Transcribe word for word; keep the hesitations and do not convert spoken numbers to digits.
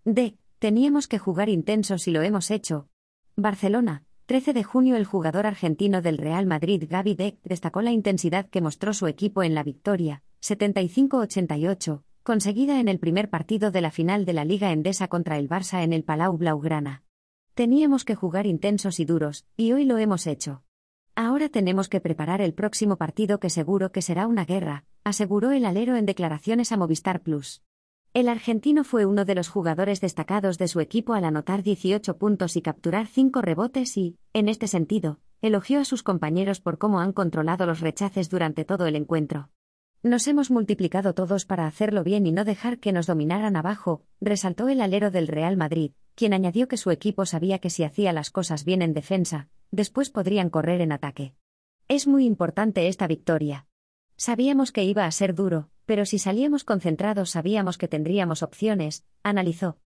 D. Teníamos que jugar intensos y lo hemos hecho. Barcelona, trece de junio. El jugador argentino del Real Madrid Gaby Deck destacó la intensidad que mostró su equipo en la victoria, setenta y cinco a ochenta y ocho, conseguida en el primer partido de la final de la Liga Endesa contra el Barça en el Palau Blaugrana. Teníamos que jugar intensos y duros, y hoy lo hemos hecho. Ahora tenemos que preparar el próximo partido que seguro que será una guerra, aseguró el alero en declaraciones a Movistar Plus. El argentino fue uno de los jugadores destacados de su equipo al anotar dieciocho puntos y capturar cinco rebotes y, en este sentido, elogió a sus compañeros por cómo han controlado los rechaces durante todo el encuentro. Nos hemos multiplicado todos para hacerlo bien y no dejar que nos dominaran abajo, resaltó el alero del Real Madrid, quien añadió que su equipo sabía que si hacía las cosas bien en defensa, después podrían correr en ataque. Es muy importante esta victoria. Sabíamos que iba a ser duro, pero si salíamos concentrados sabíamos que tendríamos opciones, analizó.